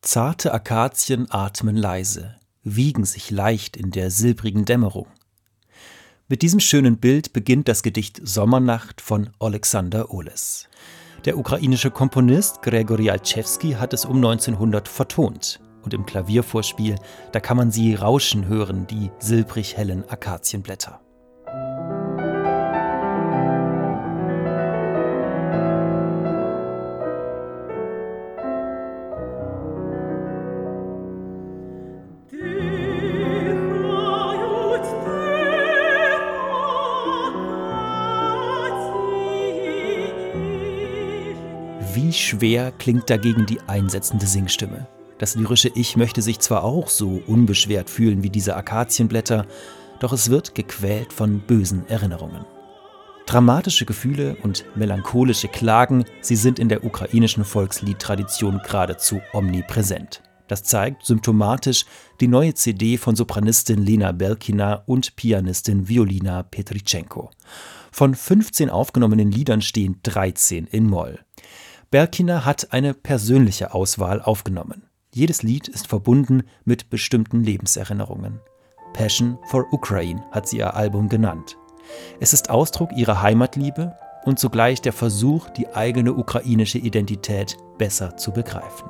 Zarte Akazien atmen leise, wiegen sich leicht in der silbrigen Dämmerung. Mit diesem schönen Bild beginnt das Gedicht Sommernacht von Alexander Oles. Der ukrainische Komponist Grigorij Alchevskij hat es um 1900 vertont. Und im Klaviervorspiel, da kann man sie rauschen hören, die silbrig hellen Akazienblätter. Wie schwer klingt dagegen die einsetzende Singstimme. Das lyrische Ich möchte sich zwar auch so unbeschwert fühlen wie diese Akazienblätter, doch es wird gequält von bösen Erinnerungen. Dramatische Gefühle und melancholische Klagen, sie sind in der ukrainischen Volksliedtradition geradezu omnipräsent. Das zeigt symptomatisch die neue CD von Sopranistin Lena Belkina und Pianistin Violina Petrichenko. Von 15 aufgenommenen Liedern stehen 13 in Moll. Belkina hat eine persönliche Auswahl aufgenommen. Jedes Lied ist verbunden mit bestimmten Lebenserinnerungen. Passion for Ukraine hat sie ihr Album genannt. Es ist Ausdruck ihrer Heimatliebe und zugleich der Versuch, die eigene ukrainische Identität besser zu begreifen.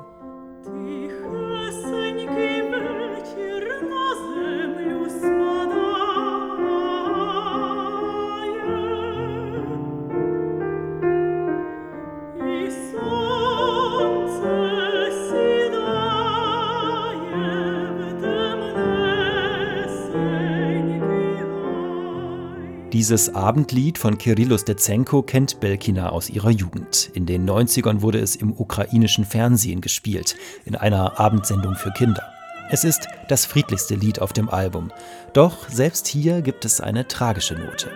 Dieses Abendlied von Kyrylo Stetsenko kennt Belkina aus ihrer Jugend. In den 90ern wurde es im ukrainischen Fernsehen gespielt, in einer Abendsendung für Kinder. Es ist das friedlichste Lied auf dem Album. Doch selbst hier gibt es eine tragische Note.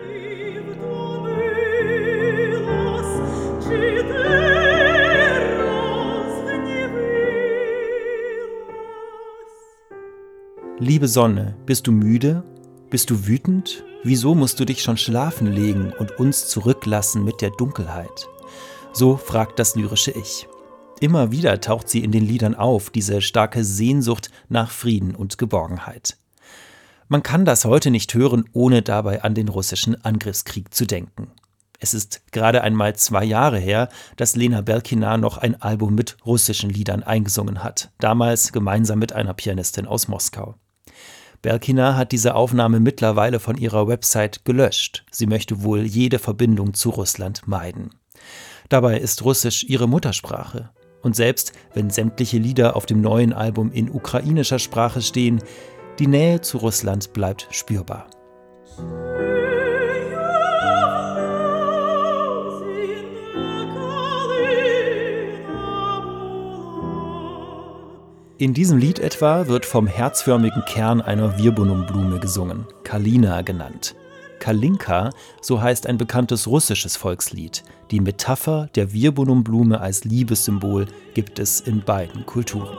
Liebe Sonne, bist du müde? Bist du wütend? Wieso musst du dich schon schlafen legen und uns zurücklassen mit der Dunkelheit? So fragt das lyrische Ich. Immer wieder taucht sie in den Liedern auf, diese starke Sehnsucht nach Frieden und Geborgenheit. Man kann das heute nicht hören, ohne dabei an den russischen Angriffskrieg zu denken. Es ist gerade einmal 2 Jahre her, dass Lena Belkina noch ein Album mit russischen Liedern eingesungen hat, damals gemeinsam mit einer Pianistin aus Moskau. Belkina hat diese Aufnahme mittlerweile von ihrer Website gelöscht. Sie möchte wohl jede Verbindung zu Russland meiden. Dabei ist Russisch ihre Muttersprache. Und selbst wenn sämtliche Lieder auf dem neuen Album in ukrainischer Sprache stehen, die Nähe zu Russland bleibt spürbar. In diesem Lied etwa wird vom herzförmigen Kern einer Viburnum-Blume gesungen, Kalina genannt. Kalinka, so heißt ein bekanntes russisches Volkslied. Die Metapher der Viburnum-Blume als Liebessymbol gibt es in beiden Kulturen.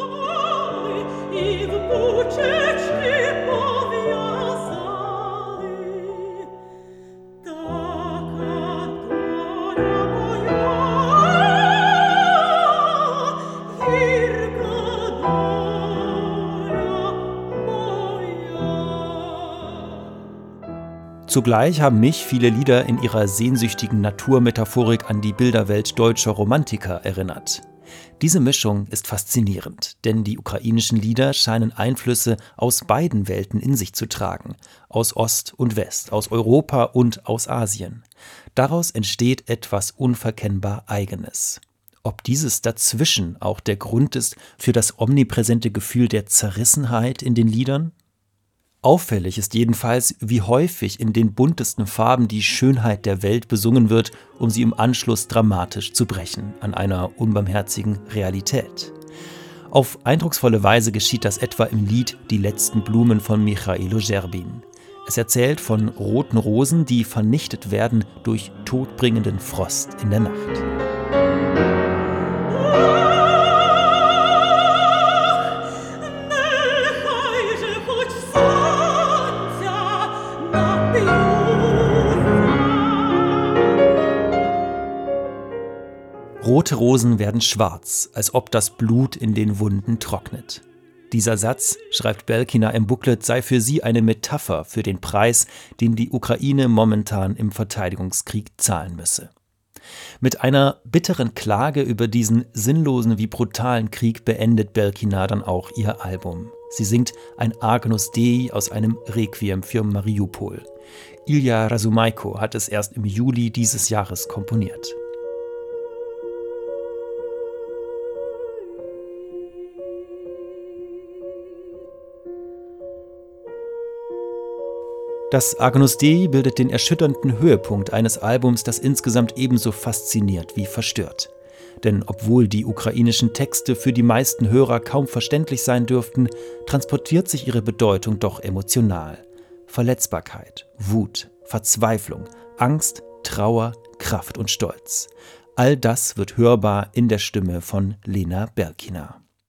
Zugleich haben mich viele Lieder in ihrer sehnsüchtigen Naturmetaphorik an die Bilderwelt deutscher Romantiker erinnert. Diese Mischung ist faszinierend, denn die ukrainischen Lieder scheinen Einflüsse aus beiden Welten in sich zu tragen, aus Ost und West, aus Europa und aus Asien. Daraus entsteht etwas unverkennbar Eigenes. Ob dieses Dazwischen auch der Grund ist für das omnipräsente Gefühl der Zerrissenheit in den Liedern? Auffällig ist jedenfalls, wie häufig in den buntesten Farben die Schönheit der Welt besungen wird, um sie im Anschluss dramatisch zu brechen, an einer unbarmherzigen Realität. Auf eindrucksvolle Weise geschieht das etwa im Lied »Die letzten Blumen« von Michailo Scherbin. Es erzählt von roten Rosen, die vernichtet werden durch todbringenden Frost in der Nacht. Rote Rote Rosen werden schwarz, als ob das Blut in den Wunden trocknet. Dieser Satz, schreibt Belkina im Booklet, sei für sie eine Metapher für den Preis, den die Ukraine momentan im Verteidigungskrieg zahlen müsse. Mit einer bitteren Klage über diesen sinnlosen wie brutalen Krieg beendet Belkina dann auch ihr Album. Sie singt ein Agnus Dei aus einem Requiem für Mariupol. Ilja Razumayko hat es erst im Juli dieses Jahres komponiert. Das Agnus Dei bildet den erschütternden Höhepunkt eines Albums, das insgesamt ebenso fasziniert wie verstört. Denn obwohl die ukrainischen Texte für die meisten Hörer kaum verständlich sein dürften, transportiert sich ihre Bedeutung doch emotional. Verletzbarkeit, Wut, Verzweiflung, Angst, Trauer, Kraft und Stolz. All das wird hörbar in der Stimme von Lena Belkina.